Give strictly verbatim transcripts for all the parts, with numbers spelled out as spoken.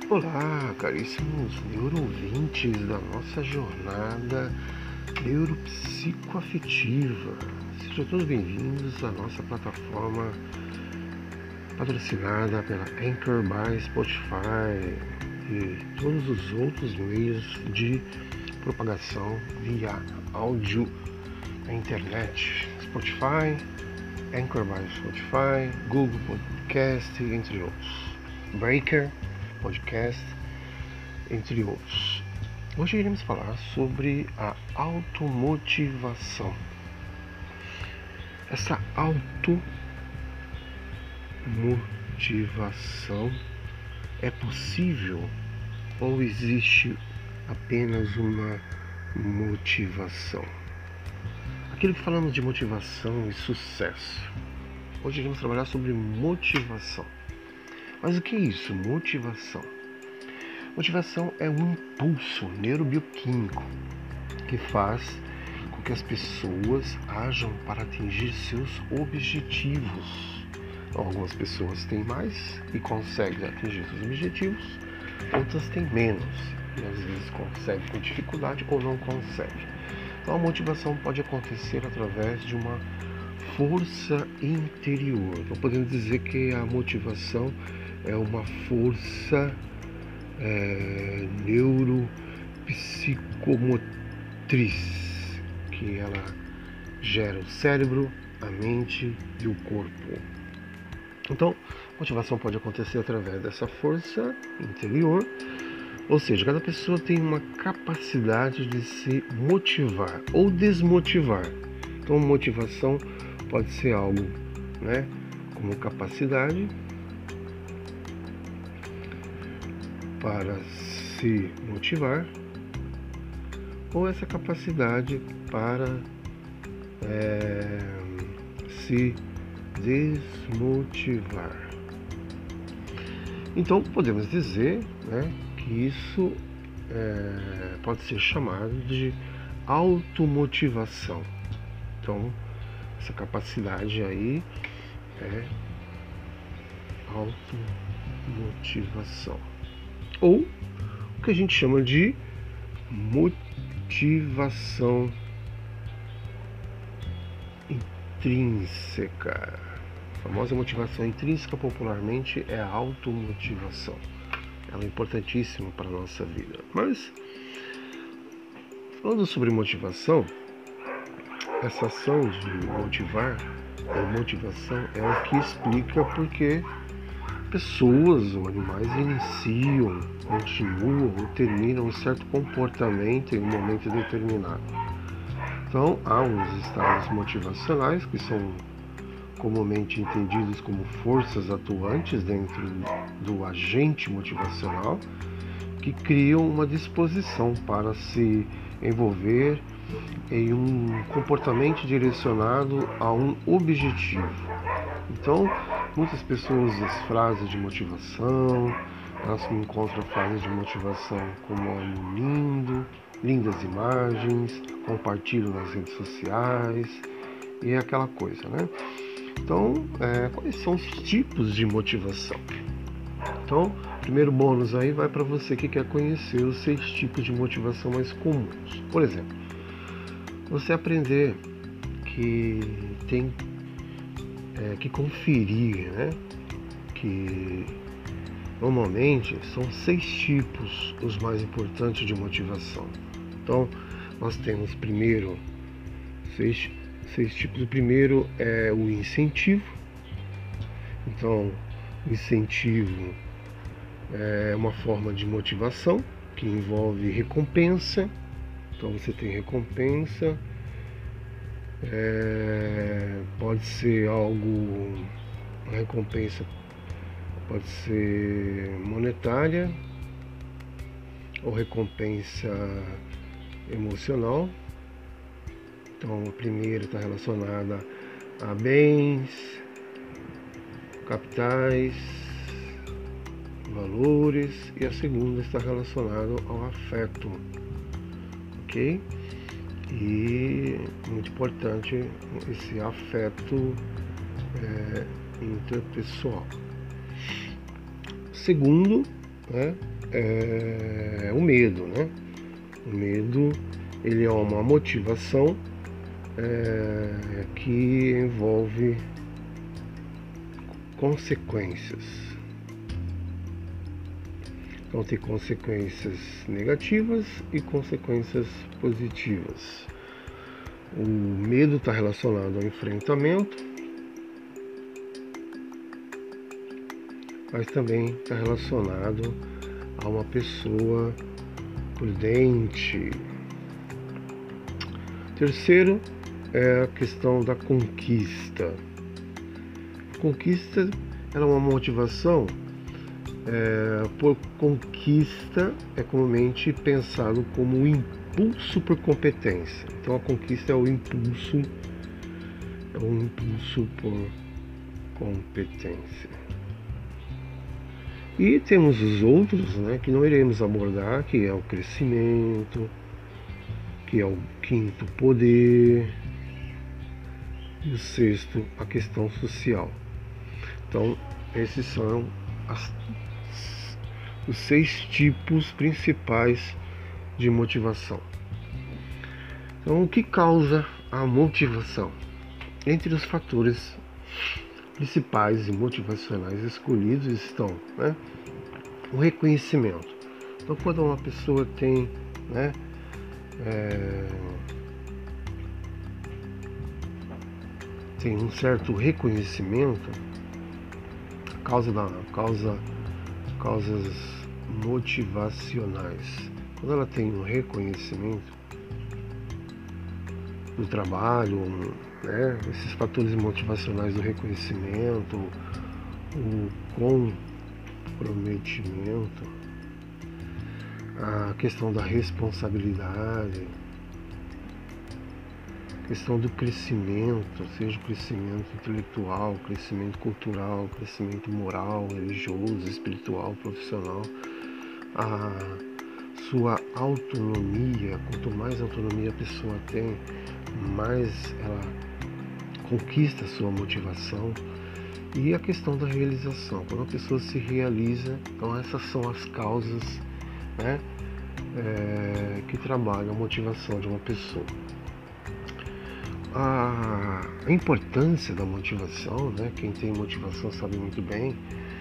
Olá, caríssimos neuroouvintes da nossa jornada neuropsicoafetiva. Sejam todos bem-vindos à nossa plataforma patrocinada pela Anchor by Spotify e todos os outros meios de propagação via áudio na internet. Spotify, Anchor by Spotify, Google Podcast, entre outros. Breaker Podcast, entre outros. Hoje iremos falar sobre a automotivação. Essa automotivação é possível ou existe apenas uma motivação? Aquilo que falamos de motivação e sucesso. Hoje iremos trabalhar sobre motivação. Mas o que é isso? Motivação. Motivação é um impulso neurobioquímico que faz com que as pessoas ajam para atingir seus objetivos. Algumas pessoas têm mais e conseguem atingir seus objetivos, outras têm menos e às vezes conseguem com dificuldade ou não conseguem. Então a motivação pode acontecer através de uma força interior. Então podemos dizer que a motivação é uma força é, neuropsicomotriz que ela gera o cérebro, a mente e o corpo. Então, motivação pode acontecer através dessa força interior, ou seja, cada pessoa tem uma capacidade de se motivar ou desmotivar. Então, motivação pode ser algo, né, como capacidade para se motivar, ou essa capacidade para é, se desmotivar. Então podemos dizer, né, que isso é, pode ser chamado de automotivação. Então essa capacidade aí é automotivação. Ou o que a gente chama de motivação intrínseca. A famosa motivação intrínseca popularmente é a automotivação. Ela é importantíssima para a nossa vida. Mas, falando sobre motivação, essa ação de motivar, ou motivação, é o que explica porque pessoas ou animais iniciam, continuam ou terminam um certo comportamento em um momento determinado. Então, há uns estados motivacionais que são comumente entendidos como forças atuantes dentro do agente motivacional que criam uma disposição para se envolver em um comportamento direcionado a um objetivo. Então, muitas pessoas usam as frases de motivação, elas encontram frases de motivação como amo lindo, lindas imagens, compartilham nas redes sociais e aquela coisa, né? Então, é, quais são os tipos de motivação? Então, primeiro bônus aí vai para você que quer conhecer os seis tipos de motivação mais comuns. Por exemplo, você aprender que tem É, que conferir, né? Que normalmente são seis tipos os mais importantes de motivação. Então, nós temos primeiro seis, seis tipos. O primeiro é o incentivo. Então, o incentivo é uma forma de motivação que envolve recompensa. Então, você tem recompensa. É, pode ser algo, uma recompensa pode ser monetária ou recompensa emocional. Então a primeira está relacionada a bens, capitais, valores, e a segunda está relacionada ao afeto, ok? E muito importante esse afeto é, interpessoal. Segundo, né, é o medo, né? O medo, ele é uma motivação é, que envolve consequências. Então tem consequências negativas e consequências positivas. O medo está relacionado ao enfrentamento, mas também está relacionado a uma pessoa prudente. Terceiro é a questão da conquista. A conquista ela é uma motivação. É, por conquista é comumente pensado como um impulso por competência. Então a conquista é o impulso, é um impulso por competência. E temos os outros, né, que não iremos abordar, que é o crescimento, que é o quinto poder, e o sexto, a questão social. Então esses são as os seis tipos principais de motivação. Então, o que causa a motivação? Entre os fatores principais e motivacionais escolhidos estão, né, o reconhecimento. Então, quando uma pessoa tem, né, é, tem um certo reconhecimento, causa da causa causas motivacionais. Quando ela tem um reconhecimento do trabalho, né, esses fatores motivacionais do reconhecimento, o comprometimento, a questão da responsabilidade, a questão do crescimento, seja o crescimento intelectual, crescimento cultural, crescimento moral, religioso, espiritual, profissional, a sua autonomia. Quanto mais autonomia a pessoa tem, mais ela conquista a sua motivação. E a questão da realização, quando a pessoa se realiza. Então essas são as causas, né, é, que trabalham a motivação de uma pessoa. A importância da motivação, né, quem tem motivação sabe muito bem,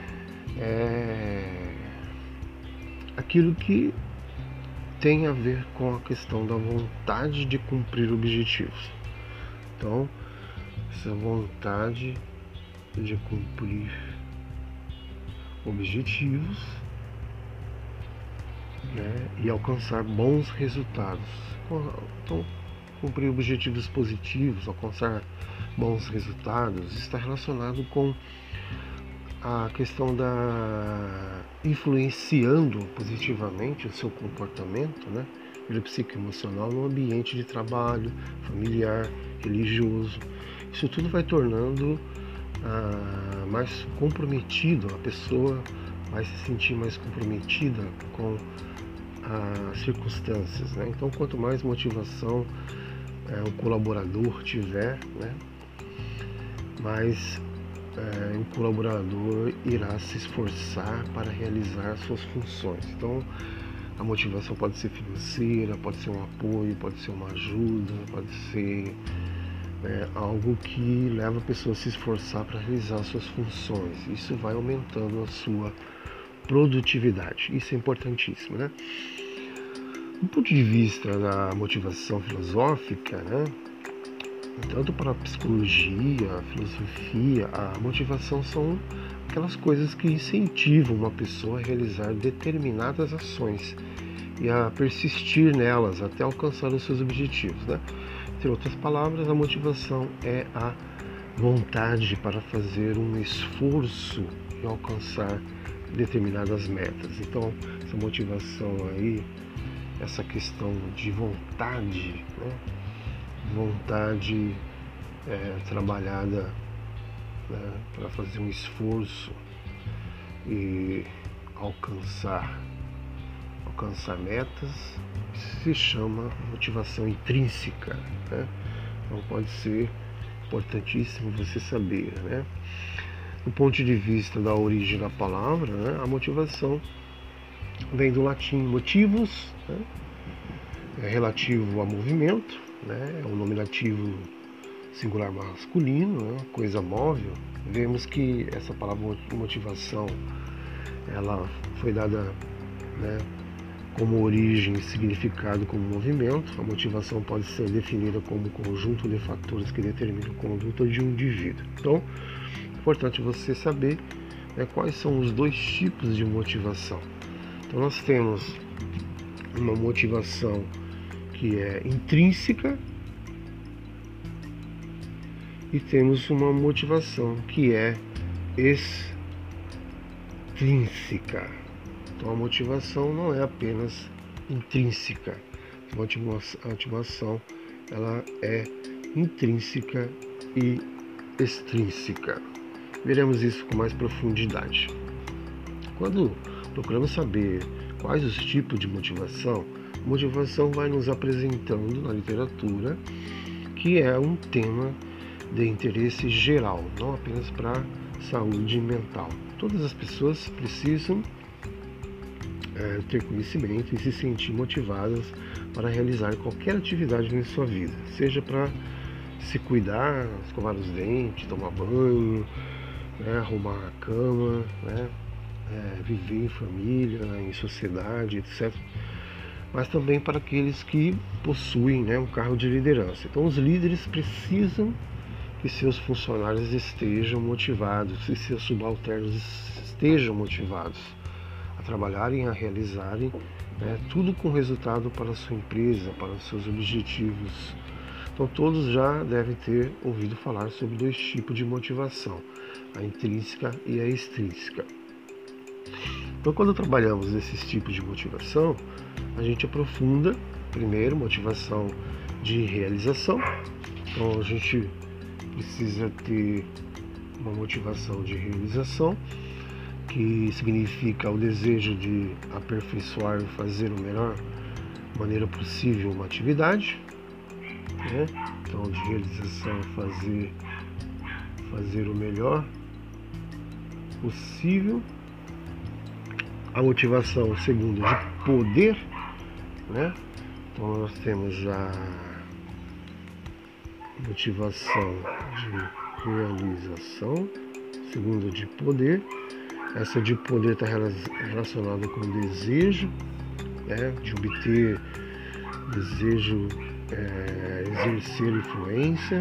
é aquilo que tem a ver com a questão da vontade de cumprir objetivos. Então, essa vontade de cumprir objetivos, né, e alcançar bons resultados. Então, cumprir objetivos positivos, alcançar bons resultados, está relacionado com a questão da influenciando positivamente o seu comportamento, né, psicoemocional no ambiente de trabalho, familiar, religioso. Isso tudo vai tornando ah, mais comprometido, a pessoa vai se sentir mais comprometida com as circunstâncias, né? Então, quanto mais motivação é, o colaborador tiver, né, mais é, o colaborador irá se esforçar para realizar suas funções. Então, a motivação pode ser financeira, pode ser um apoio, pode ser uma ajuda, pode ser é, algo que leva a pessoa a se esforçar para realizar suas funções. Isso vai aumentando a sua produtividade. Isso é importantíssimo, né? Do ponto de vista da motivação filosófica, né, tanto para a psicologia, a filosofia, a motivação são aquelas coisas que incentivam uma pessoa a realizar determinadas ações e a persistir nelas até alcançar os seus objetivos, né? Entre outras palavras, a motivação é a vontade para fazer um esforço e alcançar determinadas metas. Então, essa motivação aí, essa questão de vontade, né? Vontade é, trabalhada, né, para fazer um esforço e alcançar, alcançar metas, se chama motivação intrínseca, né? Então pode ser importantíssimo você saber, né? Do ponto de vista da origem da palavra, né, a motivação vem do latim motivus, né? É relativo a movimento, né? É um nominativo singular masculino, né? Coisa móvel. Vemos que essa palavra motivação, ela foi dada, né, como origem e significado como movimento. A motivação pode ser definida como conjunto de fatores que determinam a conduta de um indivíduo. Então, é importante você saber, né, quais são os dois tipos de motivação. Então, nós temos uma motivação que é intrínseca e temos uma motivação que é extrínseca. Então a motivação não é apenas intrínseca, a motivação ela é intrínseca e extrínseca. Veremos isso com mais profundidade. Quando procuramos saber quais os tipos de motivação, a motivação vai nos apresentando na literatura que é um tema de interesse geral, não apenas para a saúde mental. Todas as pessoas precisam é, ter conhecimento e se sentir motivadas para realizar qualquer atividade em sua vida, seja para se cuidar, escovar os dentes, tomar banho, né, arrumar a cama, né, é, viver em família, em sociedade, etcétera. Mas também para aqueles que possuem, né, um cargo de liderança. Então os líderes precisam que seus funcionários estejam motivados, que seus subalternos estejam motivados a trabalharem, a realizarem, né, tudo com resultado para a sua empresa, para os seus objetivos. Então todos já devem ter ouvido falar sobre dois tipos de motivação, a intrínseca e a extrínseca. Então quando trabalhamos esses tipos de motivação, a gente aprofunda, primeiro, motivação de realização. Então a gente precisa ter uma motivação de realização, que significa o desejo de aperfeiçoar e fazer o melhor maneira possível uma atividade, né? Então de realização, fazer, fazer o melhor possível. A motivação, segundo, de poder, né? Então nós temos a motivação de realização, segundo, de poder. Essa de poder está relacionada com o desejo, né, de obter, desejo, é, exercer influência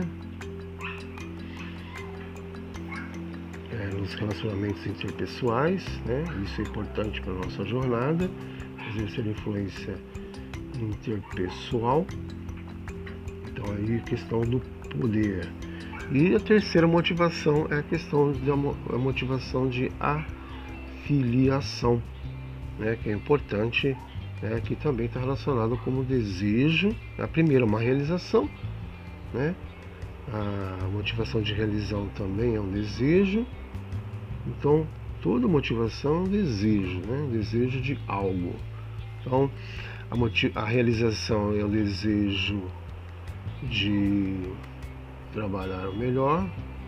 é, nos relacionamentos interpessoais, né? Isso é importante para a nossa jornada, exercer influência interpessoal. Então aí questão do poder. E a terceira motivação é a questão da a motivação de afiliação, né, que é importante, né, que também está relacionado com o desejo. A primeira, uma realização, né? A motivação de realização também é um desejo. Então toda motivação é um desejo, né? Um desejo de algo. Então a, motiv- a realização é o desejo de trabalhar melhor.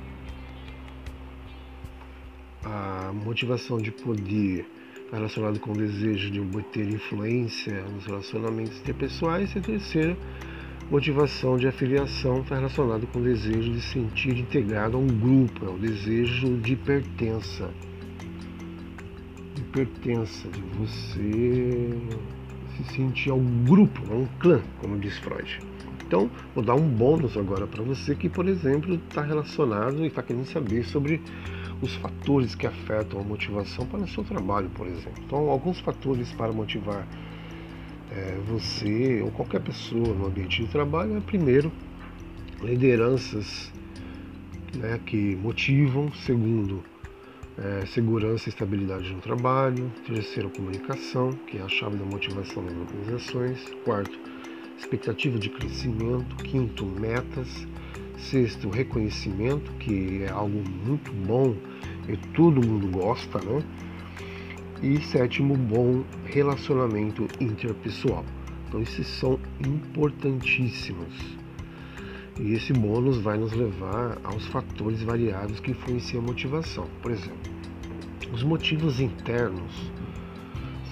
A motivação de poder está relacionada com o desejo de obter influência nos relacionamentos interpessoais. E a terceira, motivação de afiliação, está relacionada com o desejo de sentir integrado a um grupo, é o desejo de pertença. De pertença, de você se sentir ao grupo, a um clã, como diz Freud. Então, vou dar um bônus agora para você que, por exemplo, está relacionado e está querendo saber sobre os fatores que afetam a motivação para o seu trabalho, por exemplo. Então, alguns fatores para motivar é, você ou qualquer pessoa no ambiente de trabalho é, primeiro, lideranças, né, que motivam. Segundo, é, segurança e estabilidade no trabalho. Terceiro, comunicação, que é a chave da motivação das organizações. Quarto, expectativa de crescimento. Quinto, metas. Sexto, reconhecimento, que é algo muito bom e todo mundo gosta, né? E sétimo, bom relacionamento interpessoal. Então esses são importantíssimos. E esse bônus vai nos levar aos fatores variados que influenciam a motivação. Por exemplo, os motivos internos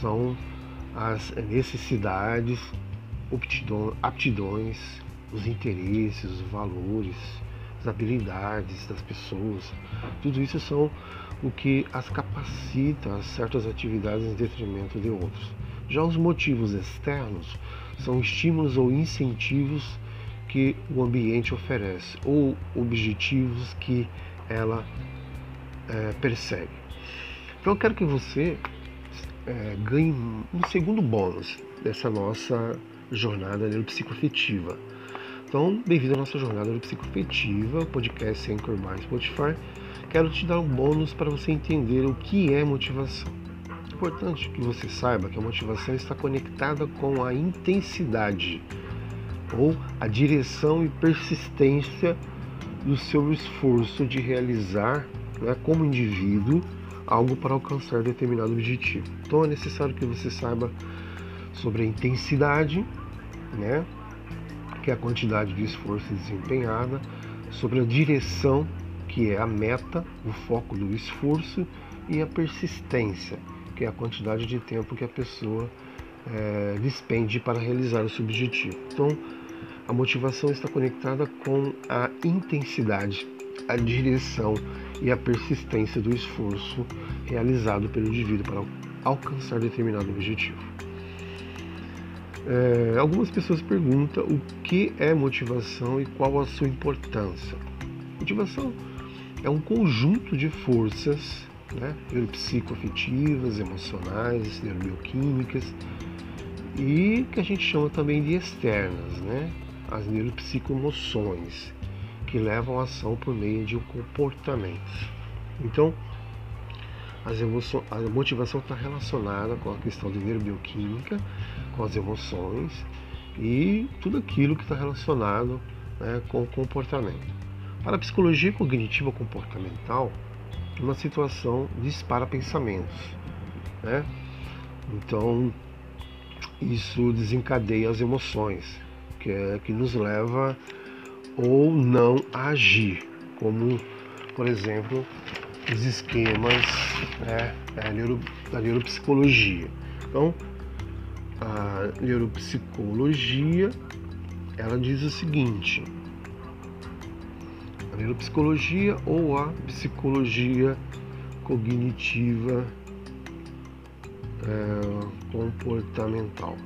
são as necessidades, aptidões, os interesses, os valores, as habilidades das pessoas. Tudo isso são o que as capacita a certas atividades em detrimento de outros. Já os motivos externos são estímulos ou incentivos que o ambiente oferece, ou objetivos que ela é, persegue. Então eu quero que você é, ganhe um segundo bônus dessa nossa jornada neuropsicoafetiva. Então, bem-vindo à nossa jornada neuropsicoafetiva, podcast Anchor by Spotify. Quero te dar um bônus para você entender o que é motivação. É importante que você saiba que a motivação está conectada com a intensidade ou a direção e persistência do seu esforço de realizar, né, como indivíduo, algo para alcançar determinado objetivo. Então é necessário que você saiba sobre a intensidade, né, que é a quantidade de esforço desempenhada, sobre a direção, que é a meta, o foco do esforço, e a persistência, que é a quantidade de tempo que a pessoa é, despende para realizar esse objetivo. Então, a motivação está conectada com a intensidade, a direção e a persistência do esforço realizado pelo indivíduo para alcançar determinado objetivo. É, algumas pessoas perguntam o que é motivação e qual a sua importância. Motivação é um conjunto de forças, né, neuropsicoafetivas, emocionais, neurobioquímicas, e que a gente chama também de externas, né, as neuropsicoemoções, que levam a ação por meio de um comportamento. Então, as emoções, a motivação está relacionada com a questão de neurobioquímica, com as emoções e tudo aquilo que está relacionado, né, com o comportamento. Para a psicologia cognitiva comportamental, uma situação dispara pensamentos, né? Então, isso desencadeia as emoções, que, é, que nos leva ou não a agir, como, por exemplo, os esquemas, né, da, neuro, da neuropsicologia. Então, a neuropsicologia, ela diz o seguinte: a neuropsicologia ou a psicologia cognitiva é, comportamental.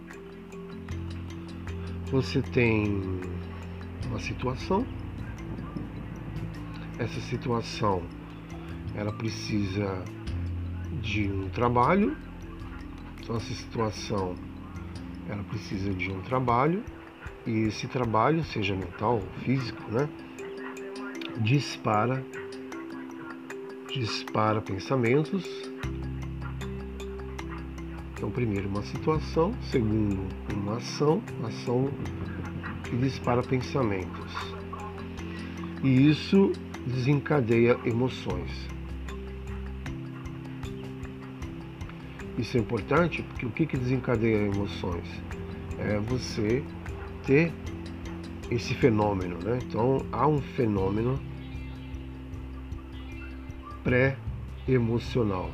Você tem uma situação, essa situação ela precisa de um trabalho, então essa situação ela precisa de um trabalho, e esse trabalho, seja mental ou físico, né, dispara dispara pensamentos. Então, primeiro uma situação, segundo uma ação, ação que dispara pensamentos, e isso desencadeia emoções. Isso é importante porque o que, que desencadeia emoções? É você ter esse fenômeno, né? Então há um fenômeno pré-emocional.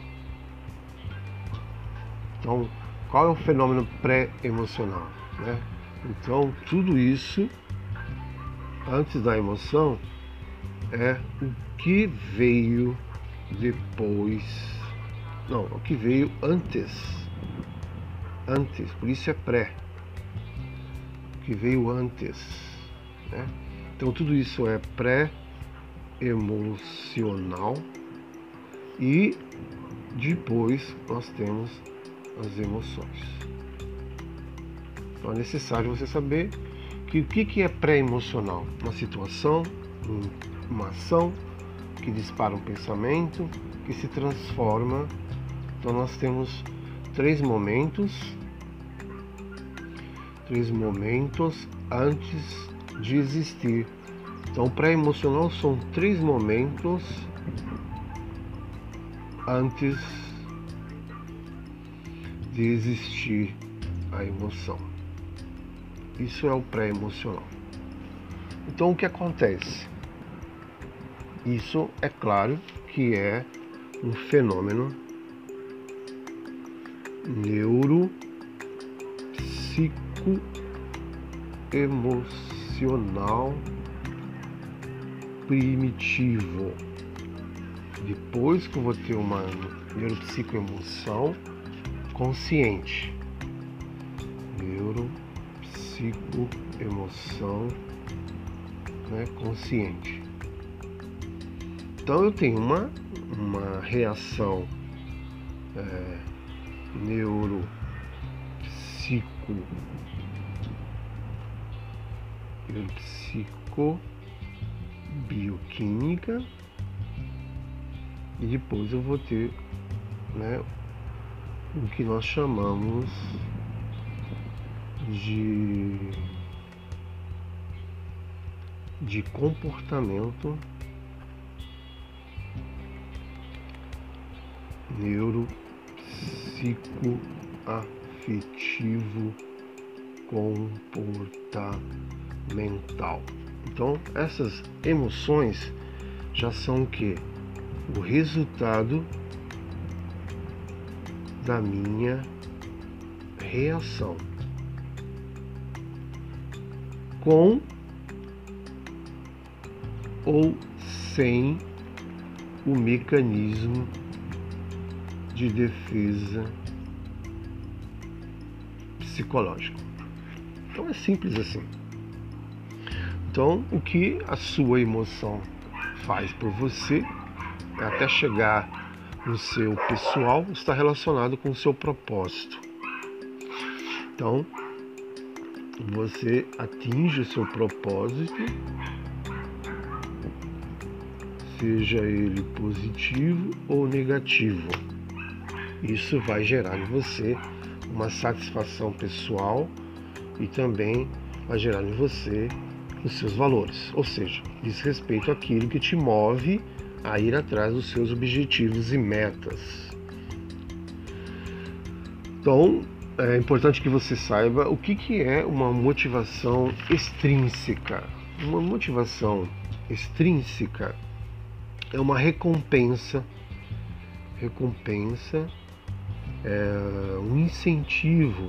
Então, qual é o fenômeno pré-emocional, né? Então, tudo isso antes da emoção é o que veio depois, não, o que veio antes, antes, por isso é pré, o que veio antes, né? Então tudo isso é pré-emocional, e depois nós temos as emoções. Então é necessário você saber que o que é pré-emocional? Uma situação, uma ação que dispara um pensamento, que se transforma. Então nós temos três momentos, três momentos antes de existir. Então pré-emocional são três momentos antes de existir a emoção. Isso é o pré-emocional. Então o que acontece? Isso é claro que é um fenômeno neuropsicoemocional primitivo. Depois que eu vou ter uma neuropsicoemoção consciente. Neuropsicoemoção, né, consciente. Então eu tenho uma, uma reação é, neuropsico, neuropsicobioquímica, e depois eu vou ter, né, o que nós chamamos de, de comportamento neuropsicoafetivo comportamental. Então, essas emoções já são o quê? O resultado da minha reação com ou sem o mecanismo de defesa psicológico. Então é simples assim. Então, o que a sua emoção faz por você, até chegar no seu pessoal, está relacionado com o seu propósito. Então, você atinge o seu propósito, seja ele positivo ou negativo. Isso vai gerar em você uma satisfação pessoal e também vai gerar em você os seus valores, ou seja, diz respeito àquilo que te move a ir atrás dos seus objetivos e metas. Então, é importante que você saiba o que, que é uma motivação extrínseca. Uma motivação extrínseca é uma recompensa, recompensa, é um incentivo,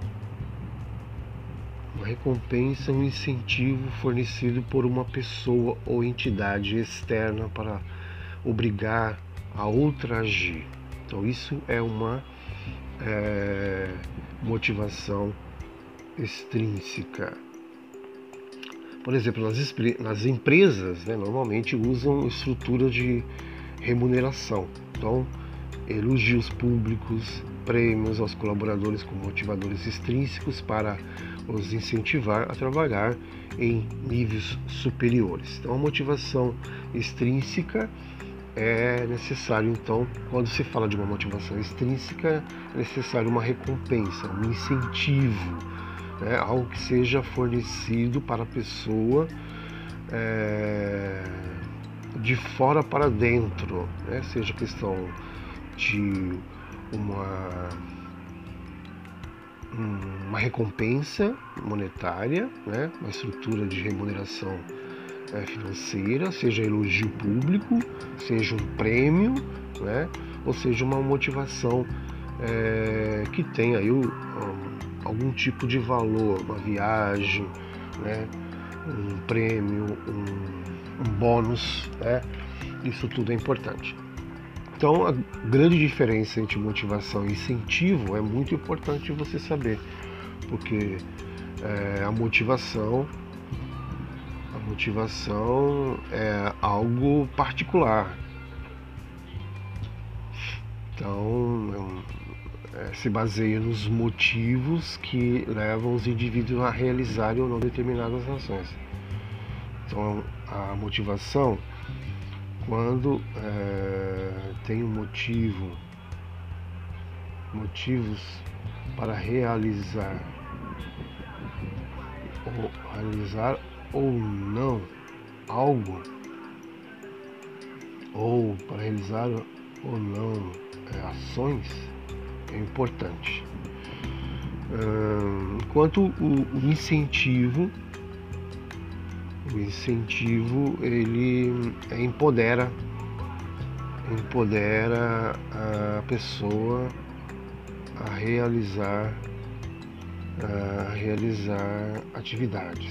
uma recompensa, um incentivo fornecido por uma pessoa ou entidade externa para obrigar a outra a agir. Então isso é uma é, motivação extrínseca. Por exemplo, nas, nas empresas, né, normalmente usam estrutura de remuneração. Então, elogios públicos, prêmios aos colaboradores com motivadores extrínsecos para os incentivar a trabalhar em níveis superiores. Então, a motivação extrínseca é necessário, então, quando se fala de uma motivação extrínseca, é necessário uma recompensa, um incentivo, né, algo que seja fornecido para a pessoa é, de fora para dentro, né, seja questão de uma, uma recompensa monetária, né, uma estrutura de remuneração é, financeira, seja elogio público, seja um prêmio, né, ou seja uma motivação é, que tenha aí um, algum tipo de valor, uma viagem, né, um prêmio, um, um bônus, né, isso tudo é importante. Então, a grande diferença entre motivação e incentivo é muito importante você saber, porque é, a motivação, a motivação é algo particular. Então, é, se baseia nos motivos que levam os indivíduos a realizarem ou não determinadas ações. Então, a motivação, quando é, tem um motivo, motivos para realizar ou realizar ou não algo, ou para realizar ou não é, ações, é importante. Hum, enquanto o, o incentivo O incentivo ele empodera, empodera a pessoa a realizar, a realizar atividades.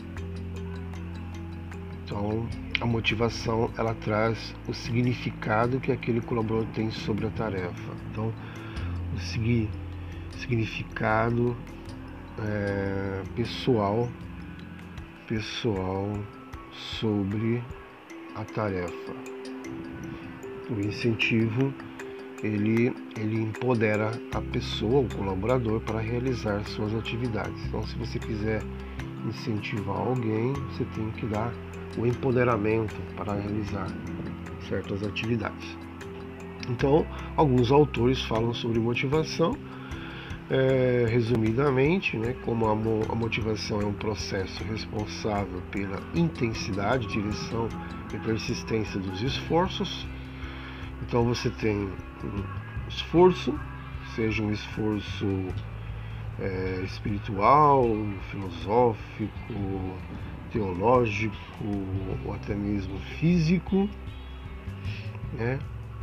Então, a motivação, ela traz o significado que aquele colaborador tem sobre a tarefa. Então, o segui, significado é, pessoal, pessoal sobre a tarefa. O incentivo, ele, ele empodera a pessoa, o colaborador, para realizar suas atividades. Então, se você quiser incentivar alguém, você tem que dar o empoderamento para realizar certas atividades. Então, alguns autores falam sobre motivação, é, resumidamente, né, como a, mo a motivação é um processo responsável pela intensidade, direção e persistência dos esforços. Então, você tem um esforço, seja um esforço é, espiritual, filosófico, teológico ou até mesmo físico, né?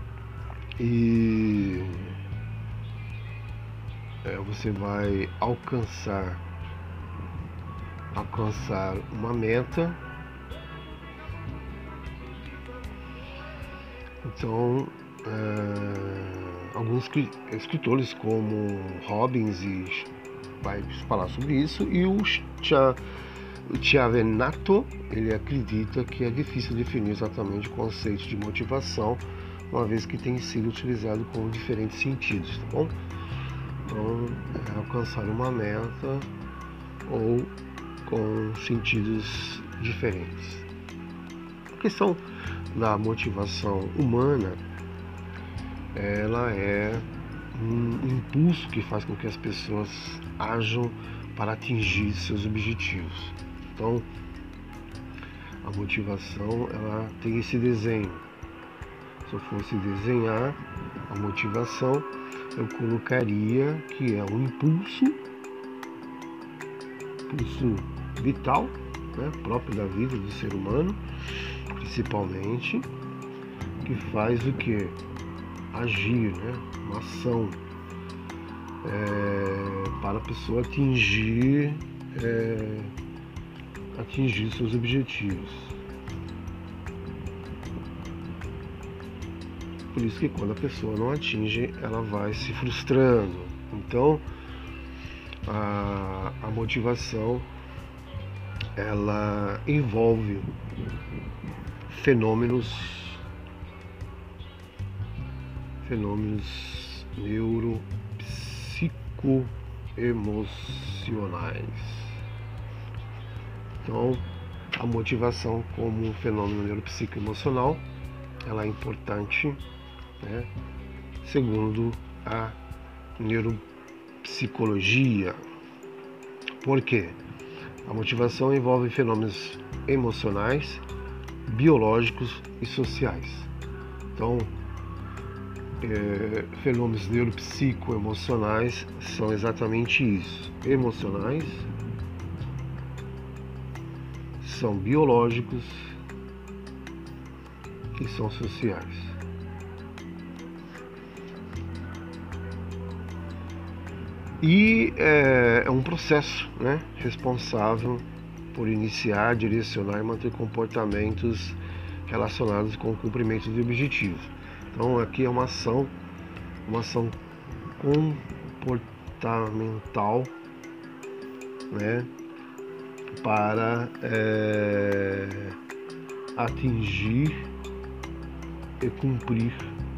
E é, você vai alcançar alcançar uma meta. Então, é, alguns escritores como Robbins e vai falar sobre isso, e o Chiavenato, ele acredita que é difícil definir exatamente o conceito de motivação, uma vez que tem sido utilizado com diferentes sentidos, tá bom? Então, é alcançar uma meta ou com sentidos diferentes. A questão da motivação humana, ela é um impulso que faz com que as pessoas ajam para atingir seus objetivos. Então, a motivação, ela tem esse desenho. Se eu fosse desenhar a motivação, eu colocaria que é um impulso, impulso vital, né, próprio da vida do ser humano, principalmente, que faz o que? Agir, né, uma ação é, para a pessoa atingir, é, atingir seus objetivos. Por isso que quando a pessoa não atinge, ela vai se frustrando. Então, a, a motivação, ela envolve fenômenos, fenômenos neuropsicoemocionais. Então, a motivação como um fenômeno neuropsicoemocional, ela é importante, né, segundo a neuropsicologia. Por quê? A motivação envolve fenômenos emocionais, biológicos e sociais. Então, é, fenômenos neuropsicoemocionais são exatamente isso: emocionais, são biológicos e são sociais. E é, é um processo, né, responsável por iniciar, direcionar e manter comportamentos relacionados com o cumprimento de objetivos. Então, aqui é uma ação, uma ação comportamental, né, para é, atingir e cumprir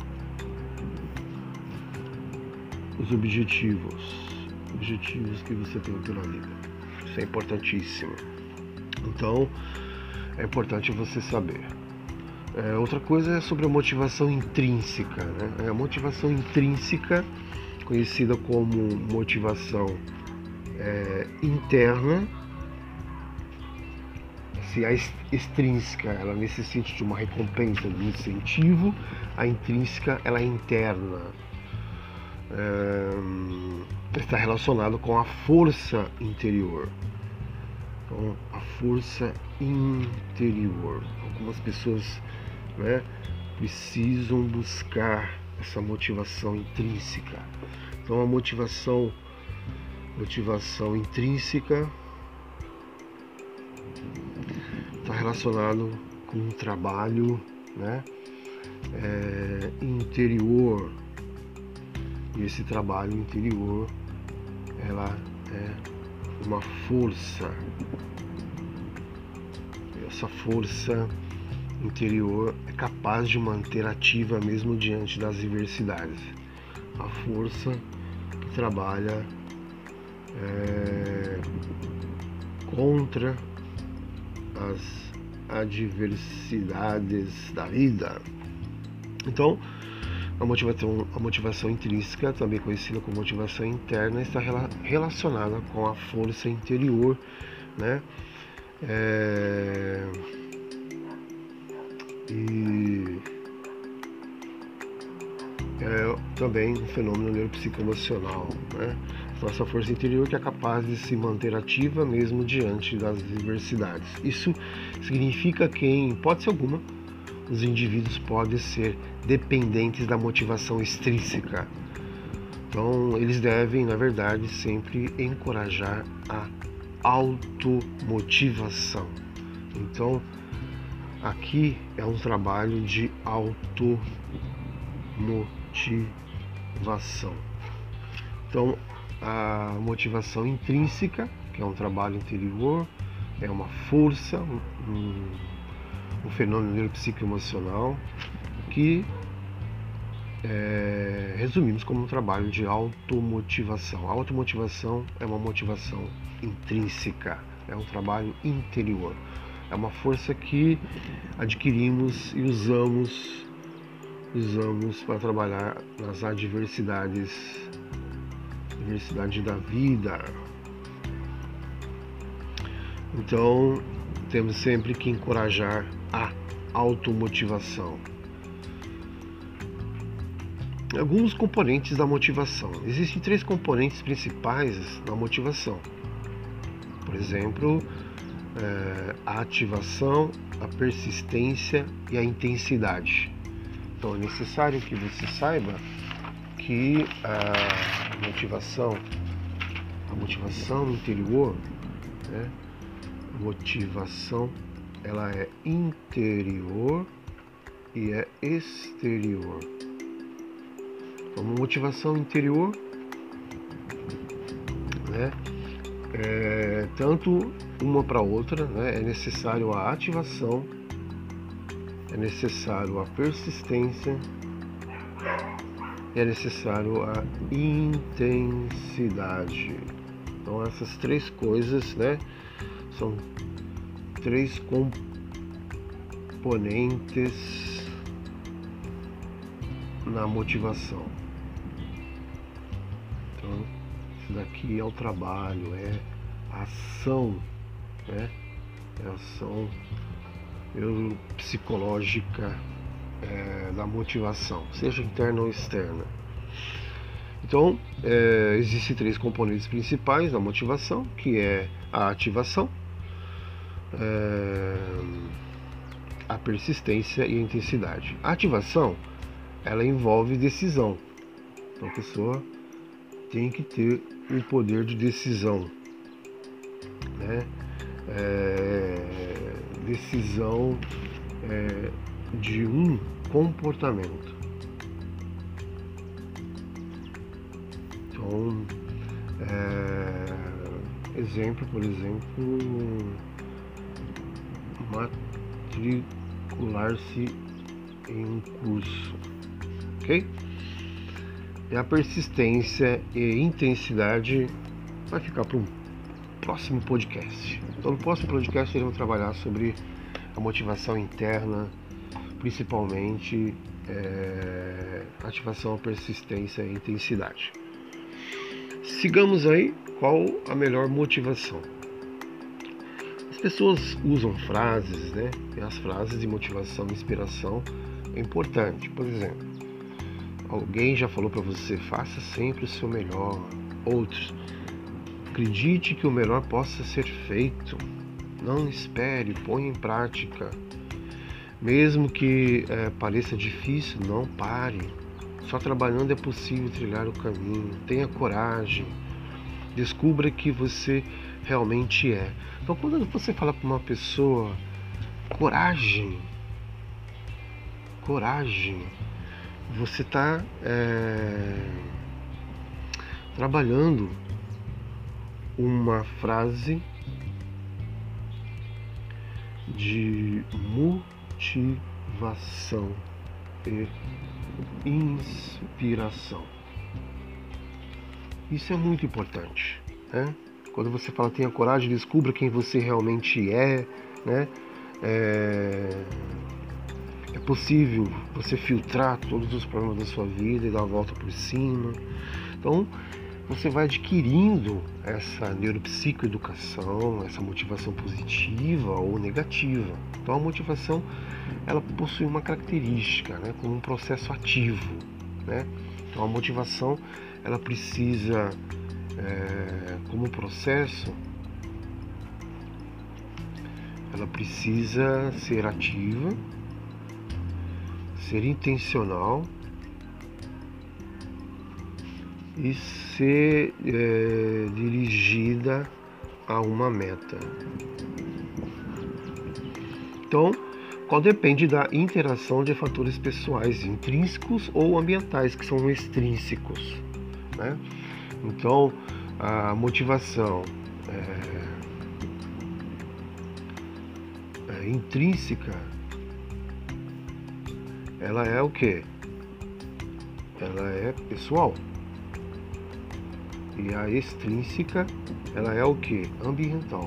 os objetivos, objetivos que você tem pela vida. Isso é importantíssimo. Então, é importante você saber. É, outra coisa é sobre a motivação intrínseca, né? A motivação intrínseca, conhecida como motivação é, interna. Se a extrínseca, ela necessita de uma recompensa, de um incentivo, a intrínseca, ela é interna. É, está relacionado com a força interior. Então, a força interior. Algumas pessoas, né, precisam buscar essa motivação intrínseca. Então a motivação, motivação intrínseca está relacionado com um trabalho, né, é, interior. E esse trabalho interior, ela é uma força. Essa força interior é capaz de manter ativa mesmo diante das adversidades. A força que trabalha é, contra as adversidades da vida. Então, a motivação, a motivação intrínseca, também conhecida como motivação interna, está rela, relacionada com a força interior, né? É, e é também um fenômeno neuropsicoemocional, né? Nossa força interior que é capaz de se manter ativa mesmo diante das adversidades. Isso significa que, em hipótese alguma, os indivíduos podem ser dependentes da motivação extrínseca. Então, eles devem, na verdade, sempre encorajar a automotivação. Então, aqui é um trabalho de automotivação. Então, a motivação intrínseca, que é um trabalho interior, é uma força, um, um fenômeno neuropsicoemocional que é, resumimos como um trabalho de automotivação. A automotivação é uma motivação intrínseca, é um trabalho interior, é uma força que adquirimos e usamos, usamos para trabalhar nas adversidades, adversidade da vida. Então, temos sempre que encorajar a automotivação. Alguns componentes da motivação. Existem três componentes principais da motivação. Por exemplo, é, a ativação, a persistência e a intensidade. Então é necessário que você saiba que a motivação, a motivação interior, né, motivação, ela é interior e é exterior. Então, uma motivação interior, né, é, tanto uma para outra, né, é necessário a ativação, é necessário a persistência e é necessário a intensidade. Então, essas três coisas, né, são três componentes na motivação. Então, isso daqui é o trabalho, é a ação, né? É a ação psicológica é, da motivação, seja interna ou externa. Então, é, existem três componentes principais da motivação, que é a ativação, é, a persistência e a intensidade. A ativação, ela envolve decisão. Então, a pessoa tem que ter o poder de decisão, né? É, decisão é, de um comportamento. Então, é, exemplo, por exemplo, matricular-se em um curso, ok? E a persistência e intensidade vai ficar para um próximo podcast. Então, no próximo podcast, iremos trabalhar sobre a motivação interna, principalmente é, ativação, persistência e intensidade. Sigamos aí, qual a melhor motivação? As pessoas usam frases, né? E as frases de motivação e inspiração é importante. Por exemplo, alguém já falou para você, faça sempre o seu melhor. Outros, acredite que o melhor possa ser feito. Não espere, ponha em prática. Mesmo que é, pareça difícil, não pare. Só trabalhando é possível trilhar o caminho. Tenha coragem. Descubra que você realmente é. Então, quando você fala para uma pessoa, coragem, coragem, você está é, trabalhando uma frase de motivação e inspiração. Isso é muito importante, né? Quando você fala tenha coragem, descubra quem você realmente é, né? É, é possível você filtrar todos os problemas da sua vida e dar a volta por cima. Então, você vai adquirindo essa neuropsicoeducação, essa motivação positiva ou negativa. Então, a motivação, ela possui uma característica, né, como um processo ativo, né? Então, a motivação, ela precisa, é, como processo, ela precisa ser ativa, ser intencional e ser é, dirigida a uma meta. Então, qual depende da interação de fatores pessoais intrínsecos ou ambientais, que são extrínsecos, né? Então, a motivação é, é, intrínseca, ela é o quê? Ela é pessoal. E a extrínseca, ela é o quê? Ambiental.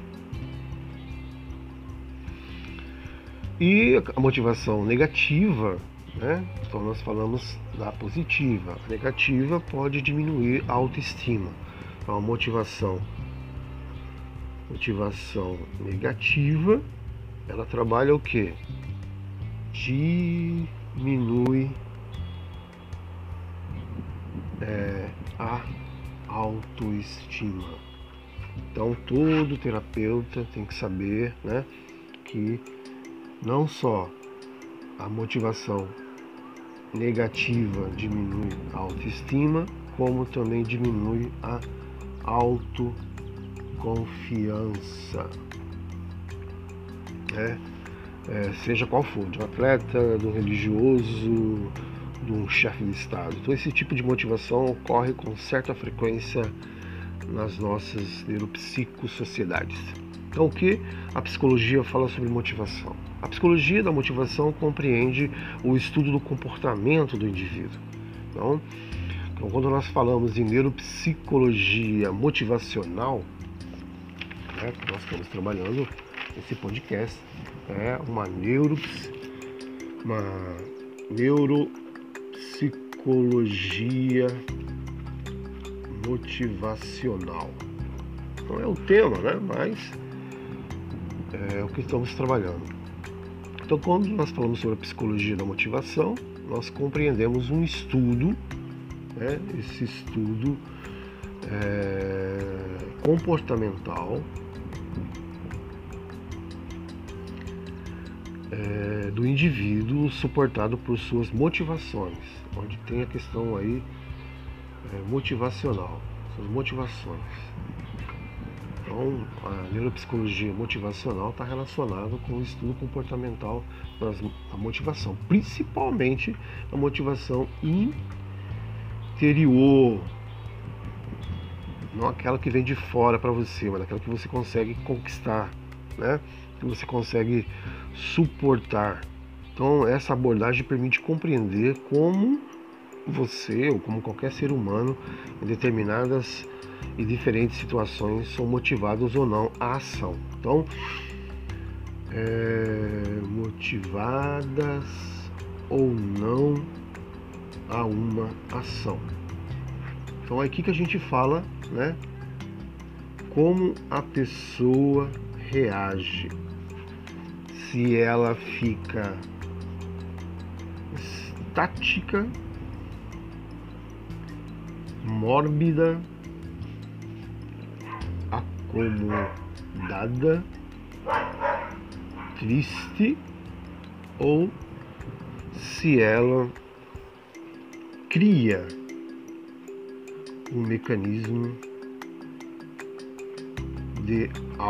E a motivação negativa, né? Então nós falamos da positiva. A negativa pode diminuir a autoestima. Então a motivação, motivação negativa, ela trabalha o quê? Diminui é, a autoestima. Então todo terapeuta tem que saber, né, que não só a motivação negativa diminui a autoestima, como também diminui a autoconfiança, né? É, seja qual for, de um atleta, de um religioso, de um chefe de Estado. Então esse tipo de motivação ocorre com certa frequência nas nossas neuropsicossociedades. Então o que a psicologia fala sobre motivação? A psicologia da motivação compreende o estudo do comportamento do indivíduo. Então, então quando nós falamos em neuropsicologia motivacional, né, que nós estamos trabalhando esse podcast, é uma neurops, uma neuropsicologia motivacional. Não é o tema, né? Mas é o que estamos trabalhando. Então, quando nós falamos sobre a psicologia da motivação, nós compreendemos um estudo, né? Esse estudo é, comportamental é, do indivíduo suportado por suas motivações, onde tem a questão aí é, motivacional, suas motivações. Então, a neuropsicologia motivacional está relacionada com o estudo comportamental da motivação, principalmente a motivação interior, não aquela que vem de fora para você, mas aquela que você consegue conquistar, né? Que você consegue suportar. Então, essa abordagem permite compreender como você, ou como qualquer ser humano, em determinadas e diferentes situações são motivados ou não à ação. Então, é, motivadas ou não a uma ação. Então é aqui que a gente fala, né, como a pessoa reage. Se ela fica estática, mórbida, acomodada, triste, ou se ela cria um mecanismo de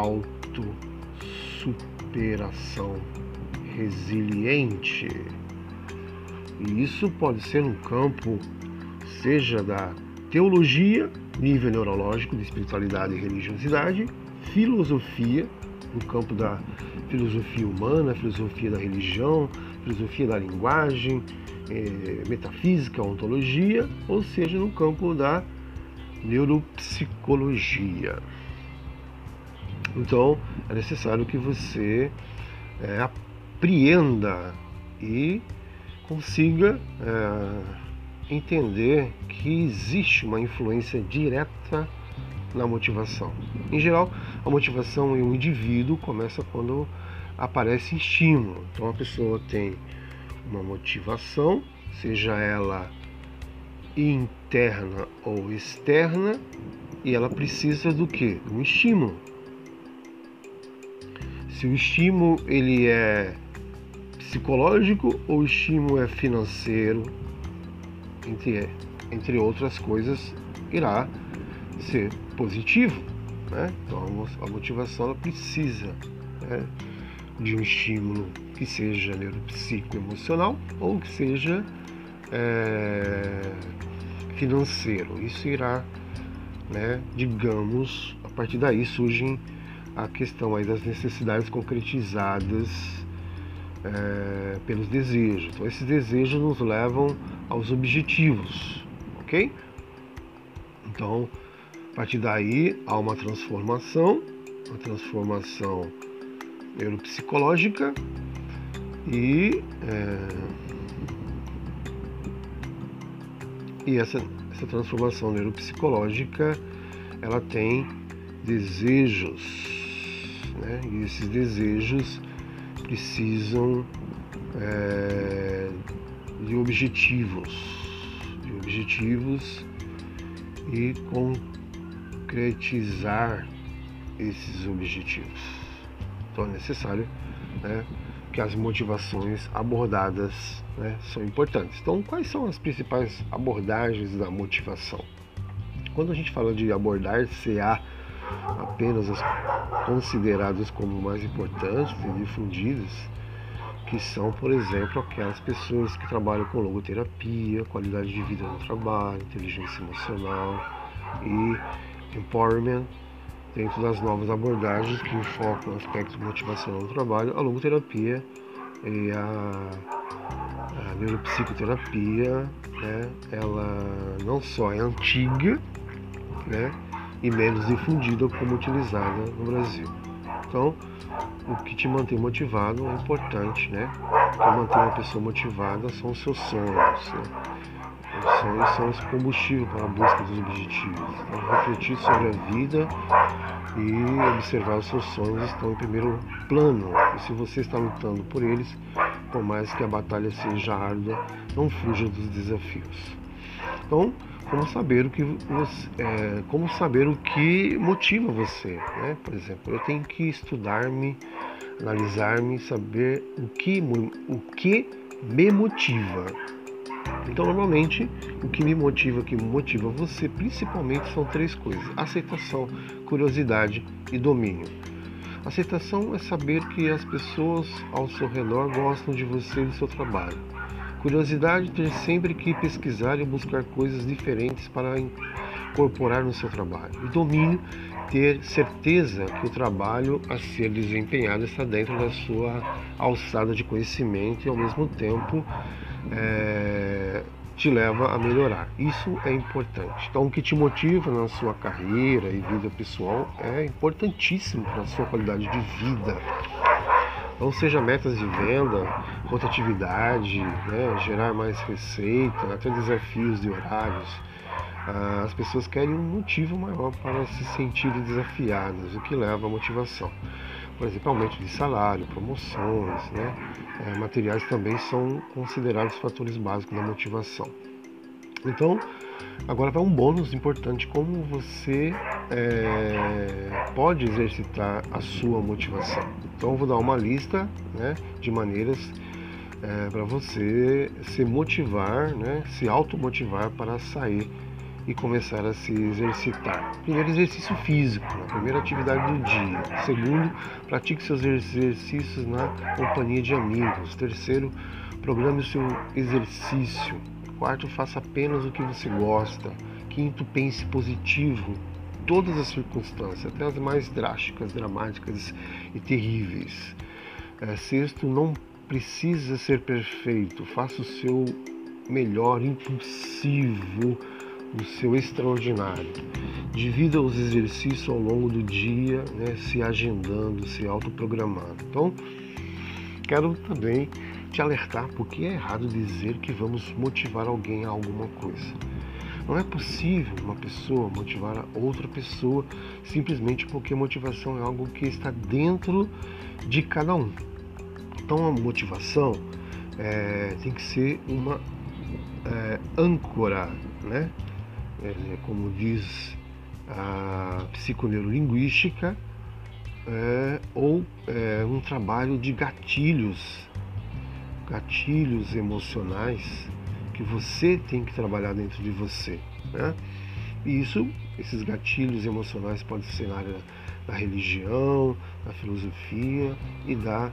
autossuperação resiliente. E isso pode ser um campo, seja da teologia, nível neurológico, de espiritualidade e religiosidade, filosofia, no campo da filosofia humana, filosofia da religião, filosofia da linguagem, eh, metafísica, ontologia, ou seja, no campo da neuropsicologia. Então, é necessário que você é, apreenda e consiga é, entender que existe uma influência direta na motivação. Em geral, a motivação em um indivíduo começa quando aparece estímulo. Então, a pessoa tem uma motivação, seja ela interna ou externa, e ela precisa do quê? Um estímulo. Se o estímulo ele é psicológico ou o estímulo é financeiro, entre, entre outras coisas, irá ser positivo, né? Então a motivação ela precisa, né, de um estímulo que seja neuropsicoemocional ou que seja é, financeiro. Isso irá, né, digamos, a partir daí surgem a questão aí das necessidades concretizadas é, pelos desejos. Então, esses desejos nos levam aos objetivos, ok? Então, a partir daí há uma transformação, uma transformação neuropsicológica e, é, e essa, essa transformação neuropsicológica ela tem desejos, né? E esses desejos precisam é, de objetivos, de objetivos e concretizar esses objetivos. Então é necessário, né, que as motivações abordadas, né, são importantes. Então, quais são as principais abordagens da motivação? Quando a gente fala de abordar C A, apenas as consideradas como mais importantes e difundidas, que são, por exemplo, aquelas pessoas que trabalham com logoterapia, qualidade de vida no trabalho, inteligência emocional e empowerment, dentro das novas abordagens que enfocam aspectos motivacional no trabalho, a logoterapia e a, a neuropsicoterapia, né, ela não só é antiga, né, e menos difundida como utilizada no Brasil. Então, o que te mantém motivado é importante, né? O que mantém uma pessoa motivada são os seus sonhos, né? Os sonhos são esse combustível para a busca dos objetivos. Então, refletir sobre a vida e observar os seus sonhos estão em primeiro plano. E se você está lutando por eles, por mais que a batalha seja árdua, não fuja dos desafios. Então, como saber o que você, é, como saber o que motiva você, né? Por exemplo, eu tenho que estudar-me, analisar-me, saber o que, o que me motiva. Então, normalmente, o que me motiva, o que motiva você, principalmente, são três coisas: aceitação, curiosidade e domínio. Aceitação é saber que as pessoas ao seu redor gostam de você e do seu trabalho. Curiosidade, ter sempre que pesquisar e buscar coisas diferentes para incorporar no seu trabalho. E domínio, ter certeza que o trabalho a ser desempenhado está dentro da sua alçada de conhecimento e, ao mesmo tempo, é, te leva a melhorar. Isso é importante. Então, o que te motiva na sua carreira e vida pessoal é importantíssimo para a sua qualidade de vida. Então, seja metas de venda, rotatividade, né, gerar mais receita, até desafios de horários. Ah, as pessoas querem um motivo maior para se sentirem desafiadas, o que leva à motivação. Por exemplo, aumento de salário, promoções, né? É, materiais também são considerados fatores básicos da motivação. Então, agora vai um bônus importante: como você é, pode exercitar a sua motivação. Então, eu vou dar uma lista, né, de maneiras é, para você se motivar, né, se automotivar para sair e começar a se exercitar. Primeiro, exercício físico, na primeira atividade do dia. Segundo, pratique seus exercícios na companhia de amigos. Terceiro, programe o seu exercício. Quarto, faça apenas o que você gosta. Quinto, pense positivo em todas as circunstâncias, até as mais drásticas, dramáticas e terríveis. É, sexto, não precisa ser perfeito. Faça o seu melhor, impulsivo, o seu extraordinário. Divida os exercícios ao longo do dia, né, se agendando, se autoprogramando. Então, quero também te alertar, porque é errado dizer que vamos motivar alguém a alguma coisa. Não é possível uma pessoa motivar a outra pessoa simplesmente porque motivação é algo que está dentro de cada um. Então, a motivação é, tem que ser uma é, âncora, né? É, como diz a psiconeurolinguística, é, ou é, um trabalho de gatilhos, gatilhos emocionais que você tem que trabalhar dentro de você, né? E isso, esses gatilhos emocionais podem ser na área da religião, da filosofia e da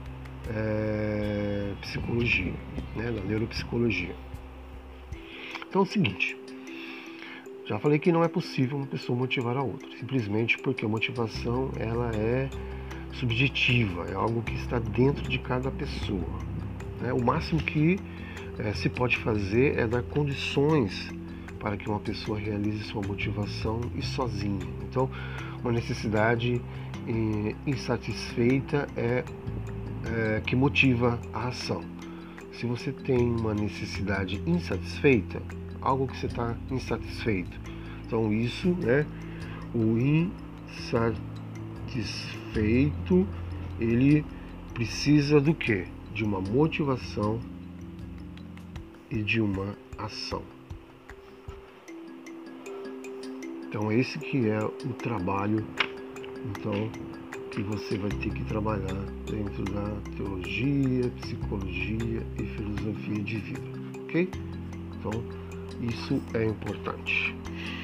é, psicologia, né? Da neuropsicologia. Então é o seguinte, já falei que não é possível uma pessoa motivar a outra, simplesmente porque a motivação ela é subjetiva, é algo que está dentro de cada pessoa, né? O máximo que é, se pode fazer é dar condições para que uma pessoa realize sua motivação e sozinha. Então, uma necessidade eh, insatisfeita é, é que motiva a ação. Se você tem uma necessidade insatisfeita, algo que você está insatisfeito, então isso, né, o insatisfeito, ele precisa do quê? De uma motivação e de uma ação. Então esse que é o trabalho, então, que você vai ter que trabalhar dentro da teologia, psicologia e filosofia de vida, ok? Então isso é importante.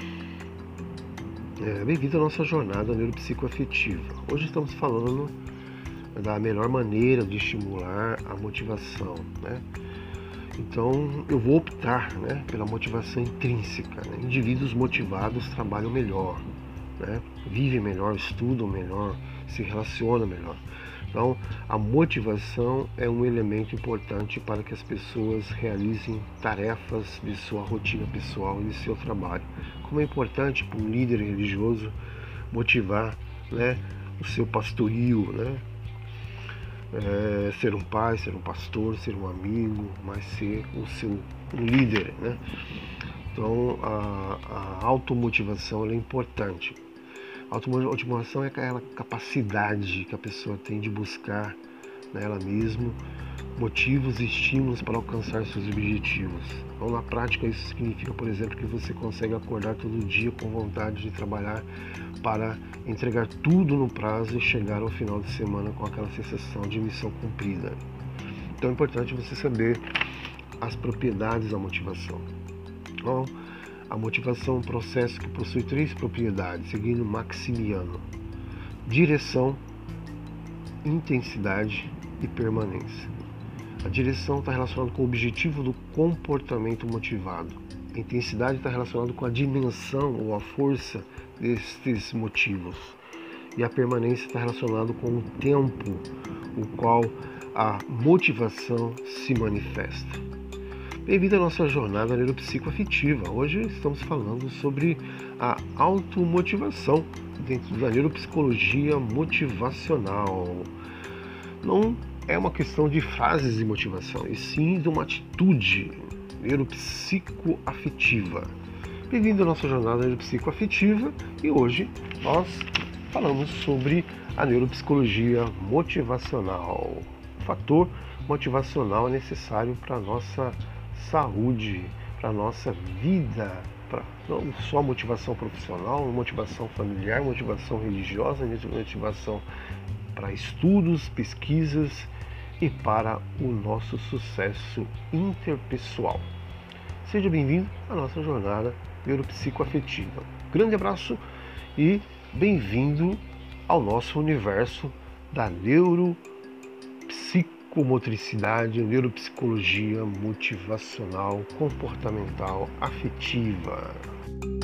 É, bem-vindo à nossa jornada neuropsicoafetiva. Hoje estamos falando da melhor maneira de estimular a motivação, né? Então, eu vou optar, né, pela motivação intrínseca, né? Indivíduos motivados trabalham melhor, né? Vivem melhor, estudam melhor, se relacionam melhor. Então, a motivação é um elemento importante para que as pessoas realizem tarefas de sua rotina pessoal e de seu trabalho. Como é importante para um líder religioso motivar, né, o seu pastorio, né? É, ser um pai, ser um pastor, ser um amigo, mas ser o seu um líder, né? Então a, a automotivação ela é importante. A automotivação é aquela capacidade que a pessoa tem de buscar nela mesma motivos e estímulos para alcançar seus objetivos. Então, na prática, isso significa, por exemplo, que você consegue acordar todo dia com vontade de trabalhar para entregar tudo no prazo e chegar ao final de semana com aquela sensação de missão cumprida. Então é importante você saber as propriedades da motivação. Então, a motivação é um processo que possui três propriedades, seguindo Maximiano: direção, intensidade e permanência. A direção está relacionada com o objetivo do comportamento motivado. A intensidade está relacionada com a dimensão ou a força destes motivos. E a permanência está relacionada com o tempo o qual a motivação se manifesta. Bem-vindo à nossa jornada neuropsicoafetiva. Hoje estamos falando sobre a automotivação dentro da neuropsicologia motivacional. Não é uma questão de frases de motivação, e sim de uma atitude neuropsicoafetiva. Bem-vindo à nossa jornada neuropsicoafetiva e hoje nós falamos sobre a neuropsicologia motivacional. O fator motivacional é necessário para a nossa saúde, para a nossa vida, para não só motivação profissional, motivação familiar, motivação religiosa, motivação para estudos, pesquisas e para o nosso sucesso interpessoal. Seja bem-vindo à nossa jornada neuropsicoafetiva. Grande abraço e bem-vindo ao nosso universo da neuropsicomotricidade, neuropsicologia motivacional, comportamental, afetiva.